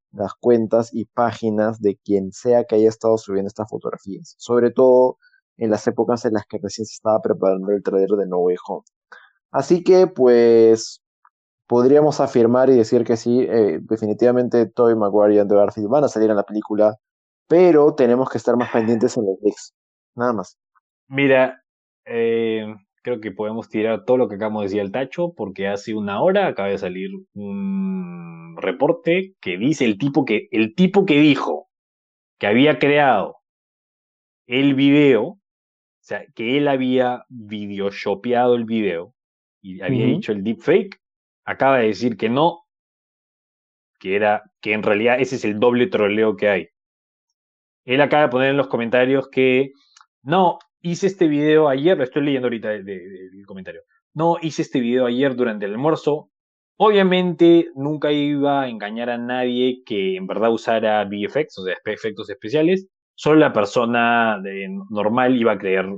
las cuentas y páginas de quien sea que haya estado subiendo estas fotografías, sobre todo en las épocas en las que recién se estaba preparando el trailer de No Way Home. Así que, pues, podríamos afirmar y decir que sí, definitivamente Tobey Maguire y Andrew Garfield van a salir en la película, pero tenemos que estar más pendientes en los leaks. Nada más. Mira, creo que podemos tirar todo lo que acabamos de decir al tacho, porque hace una hora acaba de salir un reporte que dice el tipo que dijo que había creado el video, o sea, que él había videoshopeado el video y había Ujú. dicho el deepfake, acaba de decir que no, que en realidad ese es el doble troleo que hay. Él acaba de poner en los comentarios que no, hice este video ayer, lo estoy leyendo ahorita del comentario. No, hice este video ayer durante el almuerzo. Obviamente nunca iba a engañar a nadie que en verdad usara VFX, o sea, efectos especiales. Solo la persona normal iba a creer,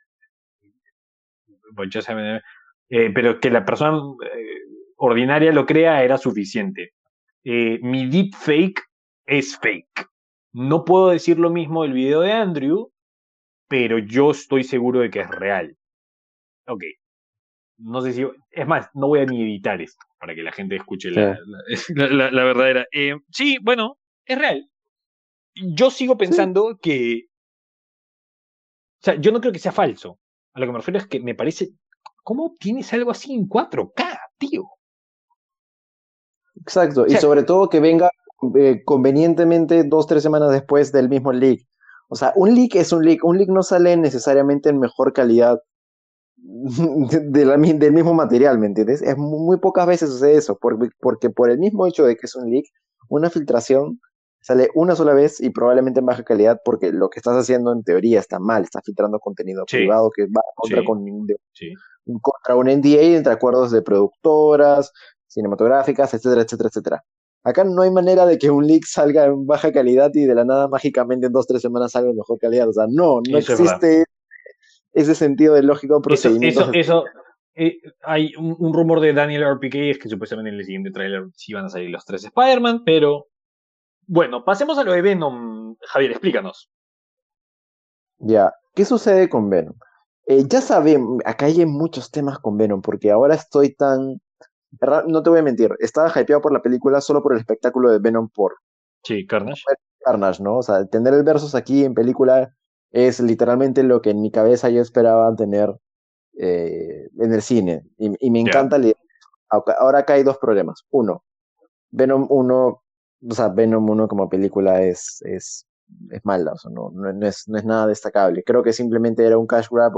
pues ya saben, pero que la persona ordinaria lo crea era suficiente. Mi deepfake es fake. No puedo decir lo mismo del video de Andrew, pero yo estoy seguro de que es real. Ok, no sé si... Es más, no voy a ni editar esto para que la gente escuche Sí, la verdadera. Sí, bueno, es real. Yo sigo sí, pensando que... O sea, yo no creo que sea falso. A lo que me refiero es que me parece... ¿Cómo tienes algo así en 4K, tío? O exacto. Y sea, sobre todo que venga convenientemente 2, 3 semanas después del mismo leak. O sea, un leak es un leak. Un leak no sale necesariamente en mejor calidad del mismo material, ¿me entiendes? Es muy pocas veces sucede eso, porque por el mismo hecho de que es un leak, una filtración sale una sola vez y probablemente en baja calidad porque lo que estás haciendo en teoría está mal, estás filtrando contenido sí, privado que va sí, sí. contra un NDA entre acuerdos de productoras, cinematográficas, etcétera, etcétera, etcétera. Acá no hay manera de que un leak salga en baja calidad y de la nada mágicamente en 2, 3 semanas salga en mejor calidad. O sea, no Eso es verdad. existe ese sentido de lógico procedimientos. Hay un rumor de Daniel RPK es que supuestamente en el siguiente tráiler sí van a salir los tres Spider-Man, pero bueno, pasemos a lo de Venom. Javier, explícanos. Ya, ¿qué sucede con Venom? Ya sabemos, acá hay muchos temas con Venom, porque ahora estoy tan... No te voy a mentir, estaba hypeado por la película solo por el espectáculo de Venom Sí, por Carnage. ver Carnage, ¿no? O sea, tener el versus aquí en película es literalmente lo que en mi cabeza yo esperaba tener en el cine, y me ¿Ya? encanta la idea. Ahora acá hay dos problemas. Uno, Venom uno, o sea, Venom uno como película es mala, o sea, no es nada destacable. Creo que simplemente era un cash grab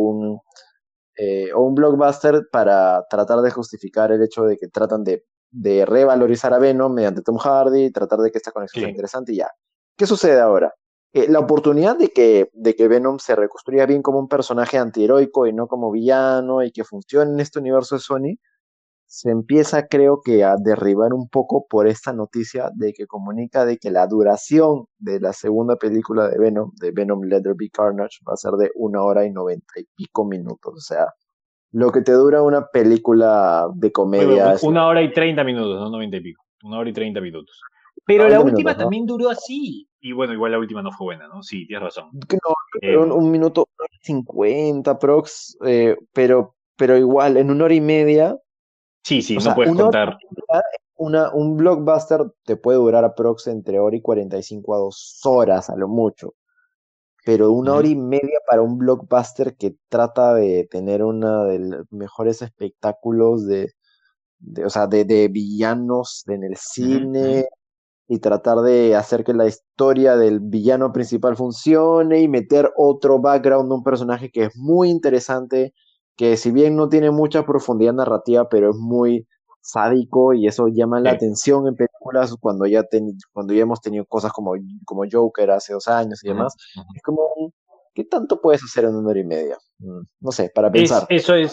o un blockbuster para tratar de justificar el hecho de que tratan de revalorizar a Venom mediante Tom Hardy, tratar de que esta conexión sea Sí. interesante y ya. ¿Qué sucede ahora? La oportunidad de que Venom se reconstruya bien como un personaje antiheroico y no como villano y que funcione en este universo de Sony se empieza, creo que, a derribar un poco por esta noticia de que comunica de que la duración de la segunda película de Venom Let There Be Carnage, va a ser de 1 hora y 90 y pico minutos. O sea, lo que te dura una película de Bueno, comedia es una hora y 30 minutos, no 90 y pico. Una hora y 30 minutos. Pero la 90 minutos, última ¿no? también duró así. Y bueno, igual la última no fue buena, ¿no? Sí, tienes razón. Que no, Eh, un minuto 50 prox, pero igual, en 1 hora y media, sí, sí, o no sea, puedes contar. un blockbuster te puede durar aprox entre hora y 45 a 2 horas a lo mucho, pero 1 hora y media para un blockbuster que trata de tener uno de los mejores espectáculos o sea, de villanos en el Ujú, ujú. cine y tratar de hacer que la historia del villano principal funcione y meter otro background de un personaje que es muy interesante, que si bien no tiene mucha profundidad narrativa, pero es muy sádico y eso llama la Sí. atención en películas cuando ya hemos tenido cosas como Joker hace 2 años y Ujú, demás. ujú. Es como, ¿qué tanto puedes hacer en 1 hora y media? No sé, para pensar.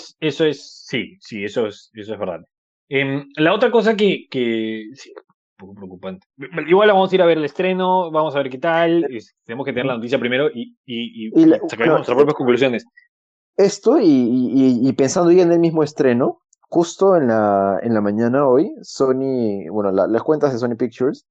Sí, sí, eso es verdad. La otra cosa que sí, un poco preocupante. Igual vamos a ir a ver el estreno, vamos a ver qué tal. Tenemos que tener la Ujú. noticia primero y Y sacaremos bueno, nuestras propias conclusiones. esto y pensando ya en el mismo estreno, justo en la mañana hoy, Sony, bueno, las cuentas de Sony Pictures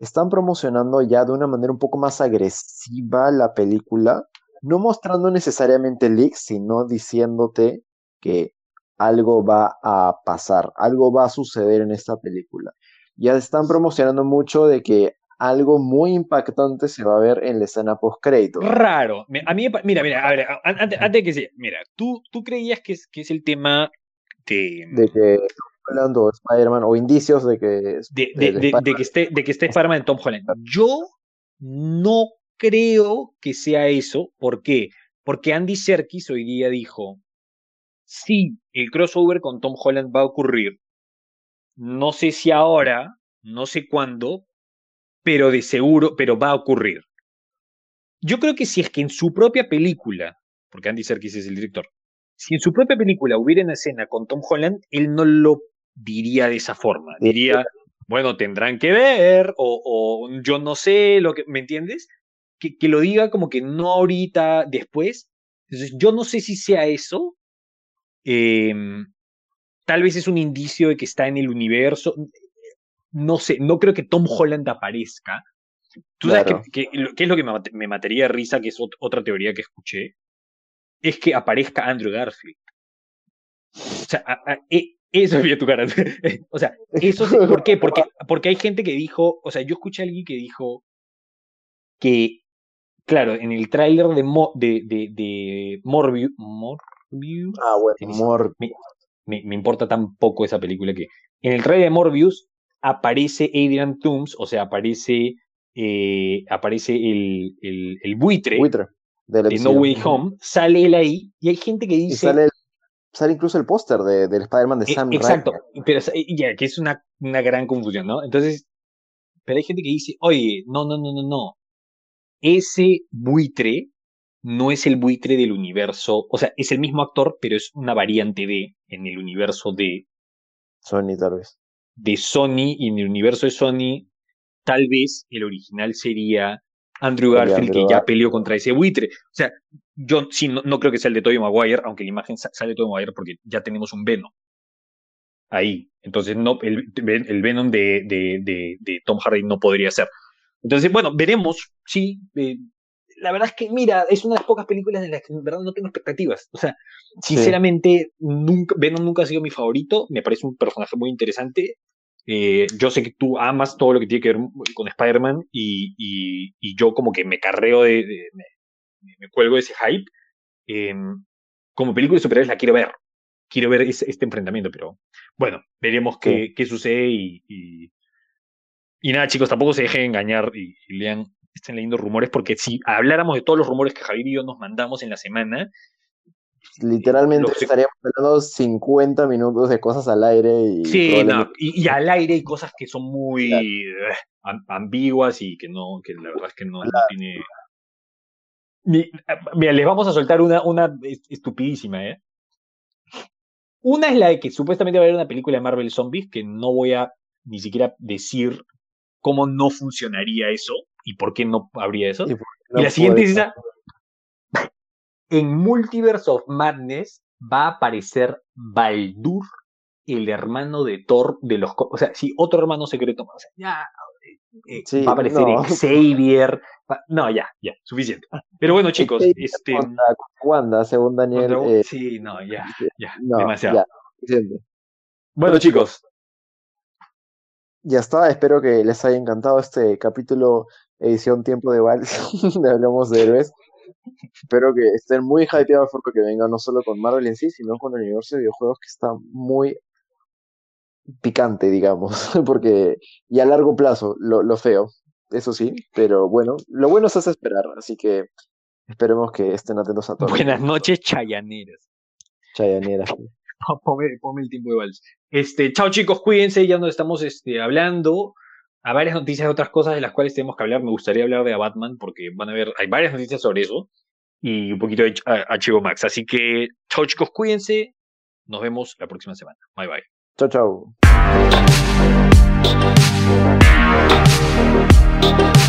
están promocionando ya de una manera un poco más agresiva la película, no mostrando necesariamente leaks, sino diciéndote que algo va a pasar, algo va a suceder en esta película. Ya están promocionando mucho de que algo muy impactante se va a ver en la escena post-créditos. Raro. Mira, a ver, antes de que sea, mira, tú creías que es el tema De que hablando de Spider-Man o indicios de que de que esté Spider-Man en Tom Holland. Yo no creo que sea eso. ¿Por qué? Porque Andy Serkis hoy día dijo, sí, el crossover con Tom Holland va a ocurrir. No sé si ahora, no sé cuándo, pero de seguro, pero va a ocurrir. Yo creo que si es que en su propia película, porque Andy Serkis es el director, si en su propia película hubiera una escena con Tom Holland, él no lo diría de esa forma. Diría, bueno, tendrán que ver, o yo no sé, lo que, ¿me entiendes? Que lo diga como que no ahorita, después. Entonces, yo no sé si sea eso. eh, Tal vez es un indicio de que está en el universo. No sé, no creo que Tom Holland aparezca. Tú sabes Claro. qué es lo que me mataría de risa, que es otra teoría que escuché, es que aparezca Andrew Garfield. O sea, eso vi tu cara. O sea, eso sí, ¿por qué? Porque hay gente que dijo, o sea, yo escuché a alguien que dijo que, claro, en el tráiler de Morbius, Ah, bueno, me importa tan poco esa película que en el tráiler de Morbius aparece Adrian Toomes, o sea, aparece el buitre Buitre del de No MCU. Way Home, sale él ahí, y hay gente que Y dice, sale incluso el póster del Spider-Man de Sam Raimi. exacto, pero ya, que es una gran confusión, ¿no? Entonces, pero hay gente que dice, oye, no, ese buitre no es el buitre del universo, o sea, es el mismo actor, pero es una variante en el universo Sony, tal vez. de Sony, y en el universo de Sony, tal vez el original sería Andrew Sería Garfield, que Andrew ya Garfield. peleó contra ese buitre. O sea, yo sí no creo que sea el de Tobey Maguire, aunque la imagen sale de Tobey Maguire porque ya tenemos un Venom ahí. Entonces, no, el Venom de Tom Hardy no podría ser. Entonces, bueno, veremos, sí. La verdad es que, mira, es una de las pocas películas en las que en verdad no tengo expectativas. O sea, Sí, sinceramente, Venom nunca ha sido mi favorito. Me parece un personaje muy interesante. Yo sé que tú amas todo lo que tiene que ver con Spider-Man y yo como que me carreo me cuelgo de ese hype. Eh, Como película de superhéroes la quiero ver. Quiero ver este enfrentamiento, pero bueno, veremos sí. qué sucede y nada, chicos, tampoco se dejen engañar y lean, estén leyendo rumores, porque si habláramos de todos los rumores que Javier y yo nos mandamos en la semana, Literalmente los, estaríamos hablando 50 minutos de cosas al aire y sí, no, probablemente y al aire hay cosas que son ya, muy ambiguas y que no, que la verdad es que no tiene. Mira, les vamos a soltar una estupidísima, ¿eh? Una es la de que supuestamente va a haber una película de Marvel Zombies, que no voy a ni siquiera decir cómo no funcionaría eso y por qué no habría eso. y por qué Y la no siguiente puede. es esa, en Multiverse of Madness va a aparecer Baldur, el hermano de Thor de los... O sea, sí, otro hermano secreto. O sea, ya va a Sí, aparecer no. Xavier. No, ya, suficiente. Pero bueno, chicos, Xavier contra Wanda, según Daniel. sí, no, ya, No, ya, demasiado. suficiente. Bueno, Bueno, chicos, chicos, ya está. Espero que les haya encantado este capítulo edición Tiempo de Vals de Hablamos de Héroes. Espero que estén muy hypeados por lo que venga, no solo con Marvel en sí, sino con el universo de videojuegos que está muy picante, digamos, porque y a largo plazo, lo feo, eso sí, pero bueno, lo bueno se hace esperar, así que esperemos que estén atentos a todo lo que buenas venga. noches, chayaneras. Chayanera. Ponme el tiempo de vals. Chao chicos, cuídense, ya nos estamos hablando a varias noticias de otras cosas de las cuales tenemos que hablar. Me gustaría hablar de Batman porque van a ver, hay varias noticias sobre eso y un poquito de HBO Max. Así que chao chicos, cuídense. Nos vemos la próxima semana. Bye bye. Chao, chao.